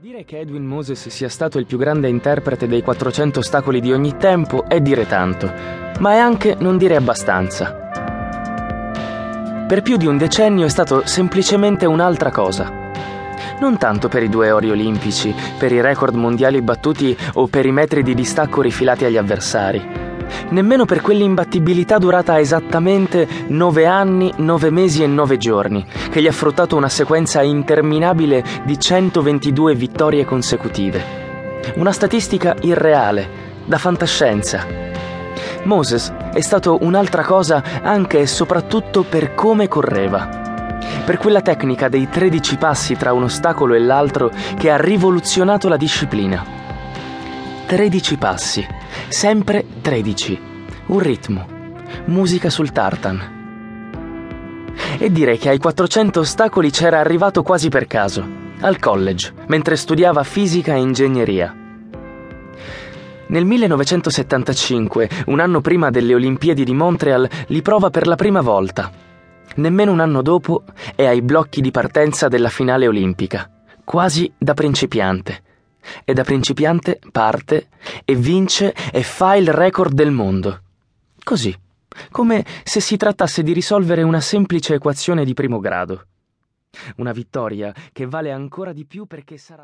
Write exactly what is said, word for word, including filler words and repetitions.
Dire che Edwin Moses sia stato il più grande interprete dei quattrocento ostacoli di ogni tempo è dire tanto, ma è anche non dire abbastanza. Per più di un decennio è stato semplicemente un'altra cosa. Non tanto per i due ori olimpici, per i record mondiali battuti o per i metri di distacco rifilati agli avversari. Nemmeno per quell'imbattibilità durata esattamente nove anni, nove mesi e nove giorni, che gli ha fruttato una sequenza interminabile di centoventidue vittorie consecutive. Una statistica irreale, da fantascienza. Moses è stato un'altra cosa anche e soprattutto per come correva. Per quella tecnica dei tredici passi tra un ostacolo e l'altro che ha rivoluzionato la disciplina. tredici passi, sempre tredici, un ritmo, musica sul tartan. E dire che ai quattrocento ostacoli c'era arrivato quasi per caso, al college, mentre studiava fisica e ingegneria. Nel millenovecentosettantacinque, un anno prima delle Olimpiadi di Montreal, li prova per la prima volta. Nemmeno un anno dopo è ai blocchi di partenza della finale olimpica, quasi da principiante. E da principiante parte e vince e fa il record del mondo. Così, come se si trattasse di risolvere una semplice equazione di primo grado. Una vittoria che vale ancora di più perché sarà